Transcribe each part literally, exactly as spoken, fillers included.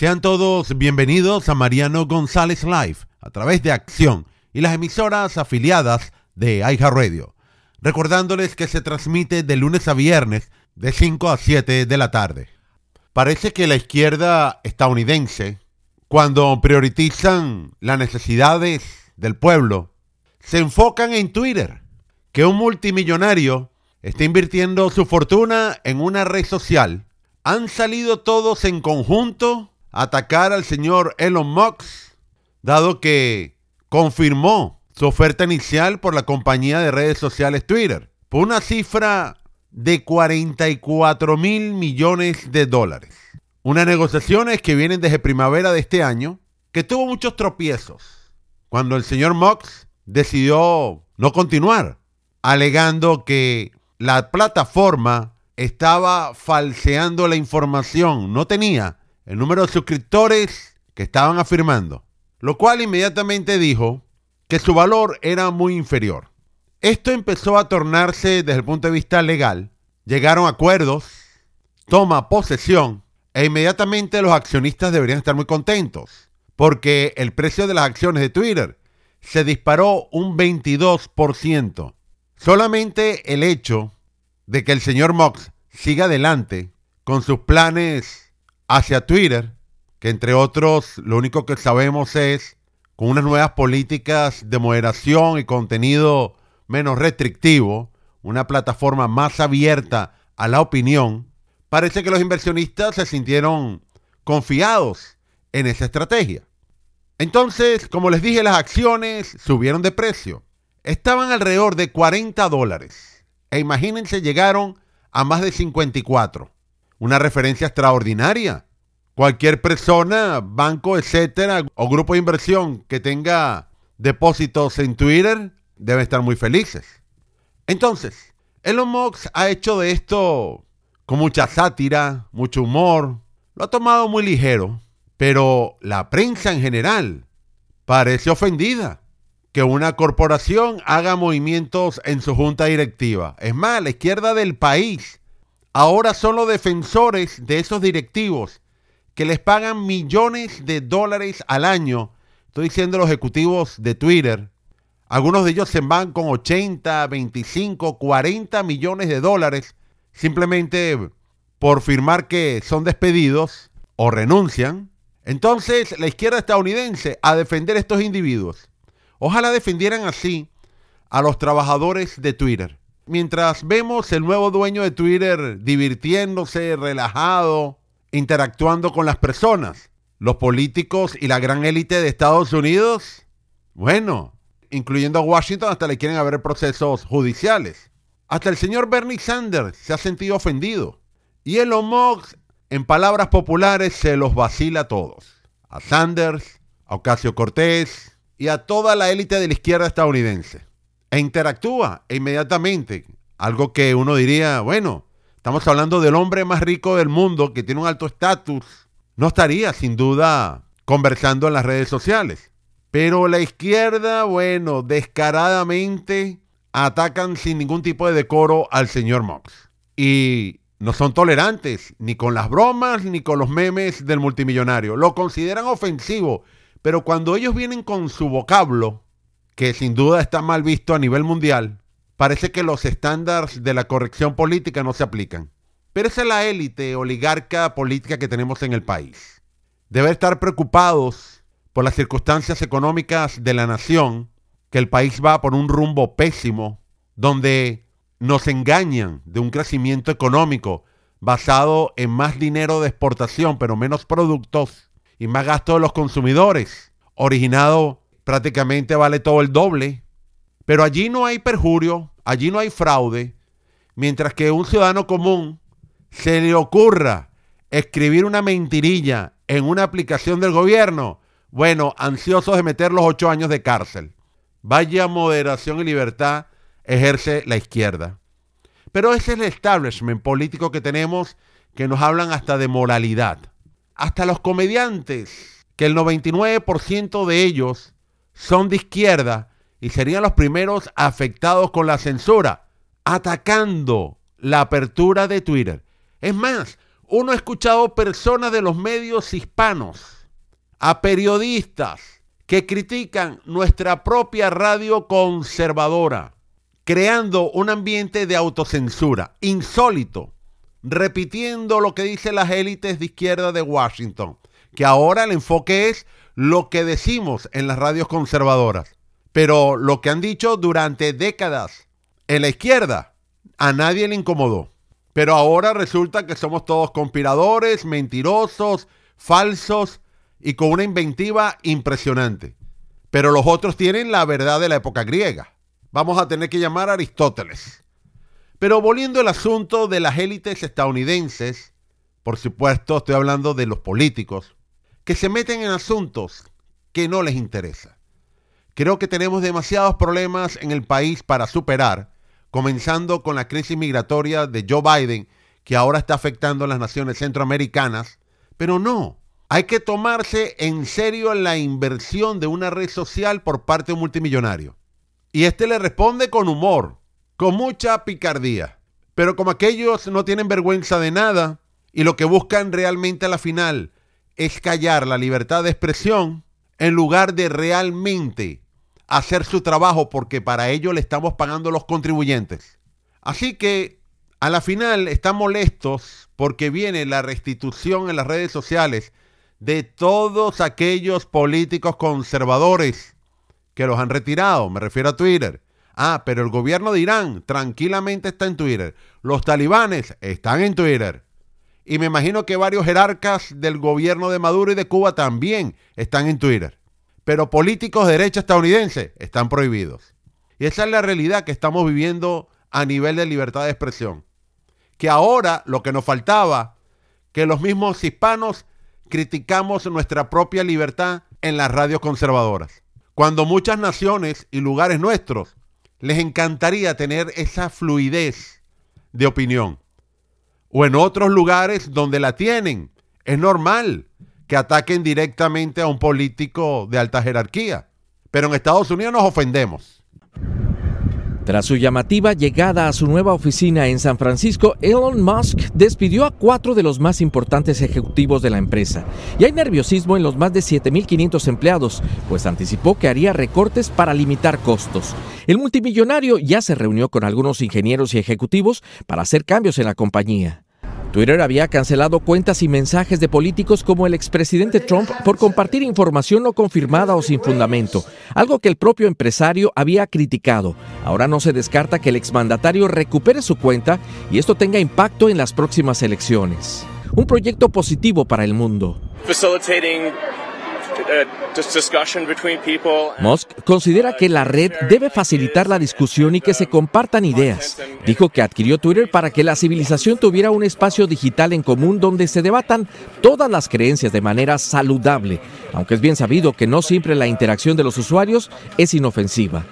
Sean todos bienvenidos a Mariano González Live a través de Acción y las emisoras afiliadas de iHeartRadio. Recordándoles que se transmite de lunes a viernes de cinco a siete de la tarde. Parece que la izquierda estadounidense, cuando priorizan las necesidades del pueblo, se enfocan en Twitter, que un multimillonario está invirtiendo su fortuna en una red social. Han salido todos en conjunto a atacar al señor Elon Musk, dado que confirmó su oferta inicial por la compañía de redes sociales Twitter, por una cifra de cuarenta y cuatro mil millones de dólares. Unas negociaciones que vienen desde primavera de este año, que tuvo muchos tropiezos, cuando el señor Musk decidió no continuar, alegando que la plataforma estaba falseando la información, no tenía el número de suscriptores que estaban afirmando, lo cual inmediatamente dijo que su valor era muy inferior. Esto empezó a tornarse desde el punto de vista legal. Llegaron a acuerdos, toma posesión, e inmediatamente los accionistas deberían estar muy contentos, porque el precio de las acciones de Twitter se disparó un veintidós por ciento. Solamente el hecho de que el señor Musk siga adelante con sus planes hacia Twitter, que entre otros lo único que sabemos es con unas nuevas políticas de moderación y contenido menos restrictivo, una plataforma más abierta a la opinión, parece que los inversionistas se sintieron confiados en esa estrategia. Entonces, como les dije, las acciones subieron de precio. Estaban alrededor de cuarenta dólares. E imagínense, llegaron a más de cincuenta y cuatro. Una referencia extraordinaria. Cualquier persona, banco, etcétera, o grupo de inversión que tenga depósitos en Twitter debe estar muy felices. Entonces, Elon Musk ha hecho de esto con mucha sátira, mucho humor. Lo ha tomado muy ligero, pero la prensa en general parece ofendida que una corporación haga movimientos en su junta directiva. Es más, la izquierda del país ahora son los defensores de esos directivos que les pagan millones de dólares al año. Estoy diciendo los ejecutivos de Twitter. Algunos de ellos se van con ochenta, veinticinco, cuarenta millones de dólares simplemente por firmar que son despedidos o renuncian. Entonces, la izquierda estadounidense a defender a estos individuos. Ojalá defendieran así a los trabajadores de Twitter. Mientras vemos el nuevo dueño de Twitter divirtiéndose, relajado, interactuando con las personas, los políticos y la gran élite de Estados Unidos, bueno, incluyendo a Washington, hasta le quieren haber procesos judiciales. Hasta el señor Bernie Sanders se ha sentido ofendido. Y Elon Musk, en palabras populares, se los vacila a todos. A Sanders, a Ocasio-Cortez y a toda la élite de la izquierda estadounidense. E interactúa inmediatamente. Algo que uno diría, bueno, estamos hablando del hombre más rico del mundo que tiene un alto estatus. No estaría, sin duda, conversando en las redes sociales. Pero la izquierda, bueno, descaradamente atacan sin ningún tipo de decoro al señor Musk. Y no son tolerantes ni con las bromas ni con los memes del multimillonario. Lo consideran ofensivo. Pero cuando ellos vienen con su vocablo, que sin duda está mal visto a nivel mundial, parece que los estándares de la corrección política no se aplican. Pero esa es la élite oligarca política que tenemos en el país. Debe estar preocupados por las circunstancias económicas de la nación, que el país va por un rumbo pésimo, donde nos engañan de un crecimiento económico basado en más dinero de exportación, pero menos productos y más gasto de los consumidores, originado prácticamente vale todo el doble. Pero allí no hay perjurio, allí no hay fraude, mientras que a un ciudadano común se le ocurra escribir una mentirilla en una aplicación del gobierno, bueno, ansiosos de meter los ocho años de cárcel. Vaya moderación y libertad ejerce la izquierda. Pero ese es el establishment político que tenemos, que nos hablan hasta de moralidad. Hasta los comediantes, que el noventa y nueve por ciento de ellos son de izquierda y serían los primeros afectados con la censura, atacando la apertura de Twitter. Es más, uno ha escuchado personas de los medios hispanos, a periodistas que critican nuestra propia radio conservadora, creando un ambiente de autocensura insólito, repitiendo lo que dicen las élites de izquierda de Washington, que ahora el enfoque es lo que decimos en las radios conservadoras. Pero lo que han dicho durante décadas en la izquierda, a nadie le incomodó. Pero ahora resulta que somos todos conspiradores, mentirosos, falsos y con una inventiva impresionante. Pero los otros tienen la verdad de la época griega. Vamos a tener que llamar a Aristóteles. Pero volviendo al asunto de las élites estadounidenses, por supuesto estoy hablando de los políticos, que se meten en asuntos que no les interesa. Creo que tenemos demasiados problemas en el país para superar, comenzando con la crisis migratoria de Joe Biden, que ahora está afectando a las naciones centroamericanas, pero no. Hay que tomarse en serio la inversión de una red social por parte de un multimillonario. Y este le responde con humor, con mucha picardía. Pero como aquellos no tienen vergüenza de nada y lo que buscan realmente a la final es callar la libertad de expresión en lugar de realmente hacer su trabajo, porque para ello le estamos pagando los contribuyentes. Así que a la final están molestos porque viene la restitución en las redes sociales de todos aquellos políticos conservadores que los han retirado. Me refiero a Twitter. Ah, pero el gobierno de Irán tranquilamente está en Twitter. Los talibanes están en Twitter. Y me imagino que varios jerarcas del gobierno de Maduro y de Cuba también están en Twitter. Pero políticos de derecha estadounidense están prohibidos. Y esa es la realidad que estamos viviendo a nivel de libertad de expresión. Que ahora lo que nos faltaba, que los mismos hispanos criticamos nuestra propia libertad en las radios conservadoras. Cuando muchas naciones y lugares nuestros les encantaría tener esa fluidez de opinión. O en otros lugares donde la tienen, es normal que ataquen directamente a un político de alta jerarquía. Pero en Estados Unidos nos ofendemos. Tras su llamativa llegada a su nueva oficina en San Francisco, Elon Musk despidió a cuatro de los más importantes ejecutivos de la empresa. Y hay nerviosismo en los más de siete mil quinientos empleados, pues anticipó que haría recortes para limitar costos. El multimillonario ya se reunió con algunos ingenieros y ejecutivos para hacer cambios en la compañía. Twitter había cancelado cuentas y mensajes de políticos como el expresidente Trump por compartir información no confirmada o sin fundamento, algo que el propio empresario había criticado. Ahora no se descarta que el exmandatario recupere su cuenta y esto tenga impacto en las próximas elecciones. Un proyecto positivo para el mundo. Musk considera que la red debe facilitar la discusión y que se compartan ideas. Dijo que adquirió Twitter para que la civilización tuviera un espacio digital en común donde se debatan todas las creencias de manera saludable, aunque es bien sabido que no siempre la interacción de los usuarios es inofensiva.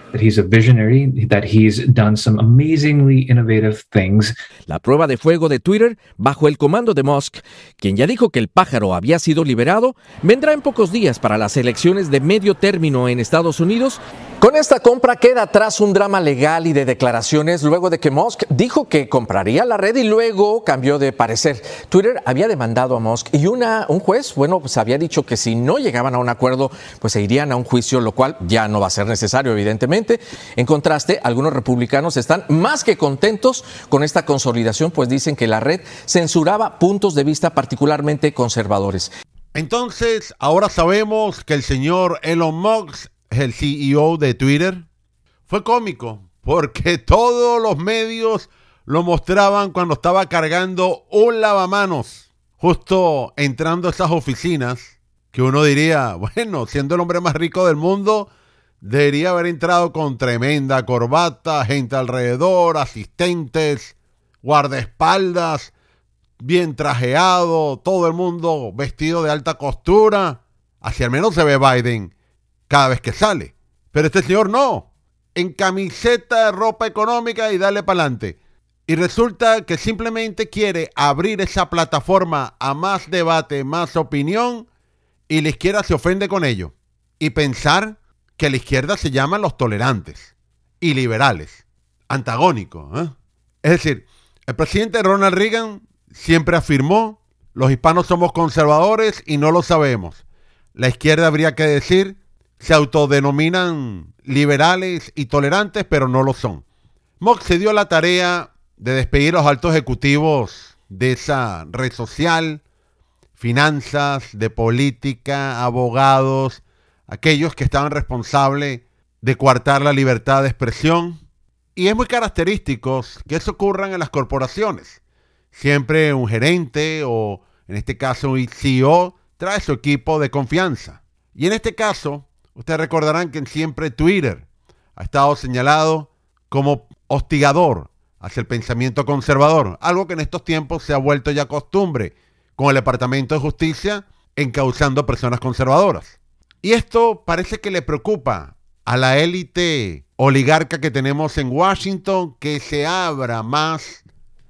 La prueba de fuego de Twitter, bajo el comando de Musk, quien ya dijo que el pájaro había sido liberado, vendrá en pocos días para las elecciones de medio término en Estados Unidos. Con esta compra queda atrás un drama legal y de declaraciones luego de que Musk dijo que compraría la red y luego cambió de parecer. Twitter había demandado a Musk y una, un juez, bueno, pues había dicho que si no llegaban a un acuerdo, pues se irían a un juicio, lo cual ya no va a ser necesario, evidentemente. En contraste, algunos republicanos están más que contentos con esta consolidación, pues dicen que la red censuraba puntos de vista particularmente conservadores. Entonces, ahora sabemos que el señor Elon Musk, el C E O de Twitter, fue cómico porque todos los medios lo mostraban cuando estaba cargando un lavamanos, justo entrando a esas oficinas, que uno diría, bueno, siendo el hombre más rico del mundo, debería haber entrado con tremenda corbata, gente alrededor, asistentes, guardaespaldas, bien trajeado, todo el mundo vestido de alta costura. Así al menos se ve Biden cada vez que sale. Pero este señor no. En camiseta de ropa económica y dale para adelante. Y resulta que simplemente quiere abrir esa plataforma a más debate, más opinión, y la izquierda se ofende con ello. Y pensar que la izquierda se llaman los tolerantes y liberales. Antagónicos, ¿eh? Es decir, el presidente Ronald Reagan siempre afirmó Los hispanos somos conservadores y no lo sabemos. La izquierda, habría que decir, se autodenominan liberales y tolerantes, pero no lo son. Musk se dio la tarea de despedir a los altos ejecutivos de esa red social, finanzas, de política, abogados, aquellos que estaban responsables de coartar la libertad de expresión. Y es muy característico que eso ocurra en las corporaciones. Siempre un gerente o, en este caso, un C E O trae su equipo de confianza. Y en este caso, ustedes recordarán que siempre Twitter ha estado señalado como hostigador hacia el pensamiento conservador, algo que en estos tiempos se ha vuelto ya costumbre con el Departamento de Justicia encauzando personas conservadoras. Y esto parece que le preocupa a la élite oligarca que tenemos en Washington, que se abra más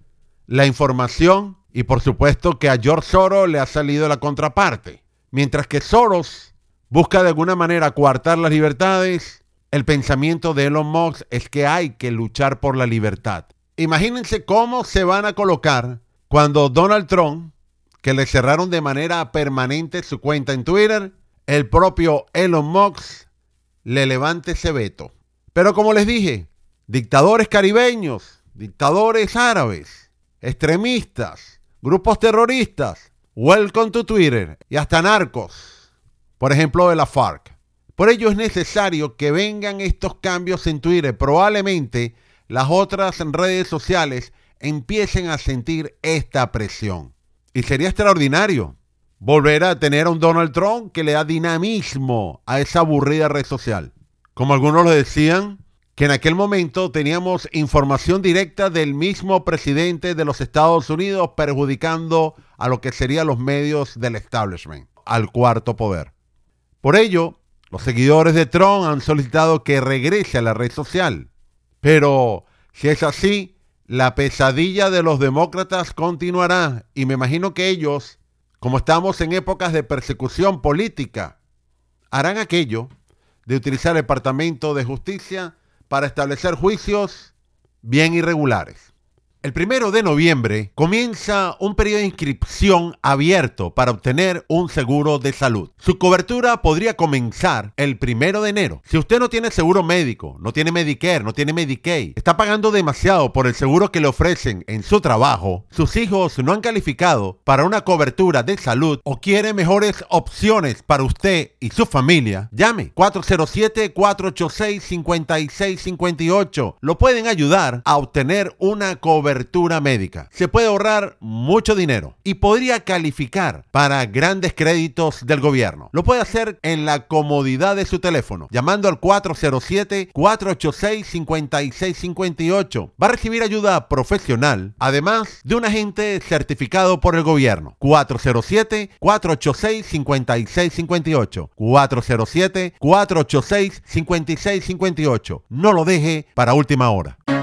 la información, y por supuesto que a George Soros le ha salido la contraparte. Mientras que Soros busca de alguna manera coartar las libertades, el pensamiento de Elon Musk es que hay que luchar por la libertad. Imagínense cómo se van a colocar cuando Donald Trump, que le cerraron de manera permanente su cuenta en Twitter, el propio Elon Musk le levante ese veto. Pero como les dije, dictadores caribeños, dictadores árabes, extremistas, grupos terroristas, welcome to Twitter, y hasta narcos, por ejemplo de la FARC. Por ello es necesario que vengan estos cambios en Twitter. Probablemente las otras redes sociales empiecen a sentir esta presión. Y sería extraordinario volver a tener a un Donald Trump que le da dinamismo a esa aburrida red social. Como algunos lo decían, que en aquel momento teníamos información directa del mismo presidente de los Estados Unidos perjudicando a lo que serían los medios del establishment, al cuarto poder. Por ello, los seguidores de Trump han solicitado que regrese a la red social. Pero si es así, la pesadilla de los demócratas continuará, y me imagino que ellos, como estamos en épocas de persecución política, harán aquello de utilizar el Departamento de Justicia para establecer juicios bien irregulares. El primero de noviembre comienza un periodo de inscripción abierto para obtener un seguro de salud. Su cobertura podría comenzar el primero de enero. Si usted no tiene seguro médico, no tiene Medicare, no tiene Medicaid, está pagando demasiado por el seguro que le ofrecen en su trabajo, sus hijos no han calificado para una cobertura de salud o quiere mejores opciones para usted y su familia, llame cuatro cero siete, cuatro ocho seis, cinco seis cinco ocho. Lo pueden ayudar a obtener una cobertura cobertura médica. Se puede ahorrar mucho dinero y podría calificar para grandes créditos del gobierno. Lo puede hacer en la comodidad de su teléfono, llamando al cuatro cero siete, cuatro ocho seis, cinco seis cinco ocho. Va a recibir ayuda profesional, además de un agente certificado por el gobierno. cuatro cero siete, cuatro ocho seis, cinco seis cinco ocho. cuatro cero siete, cuatro ocho seis, cinco seis cinco ocho. No lo deje para última hora.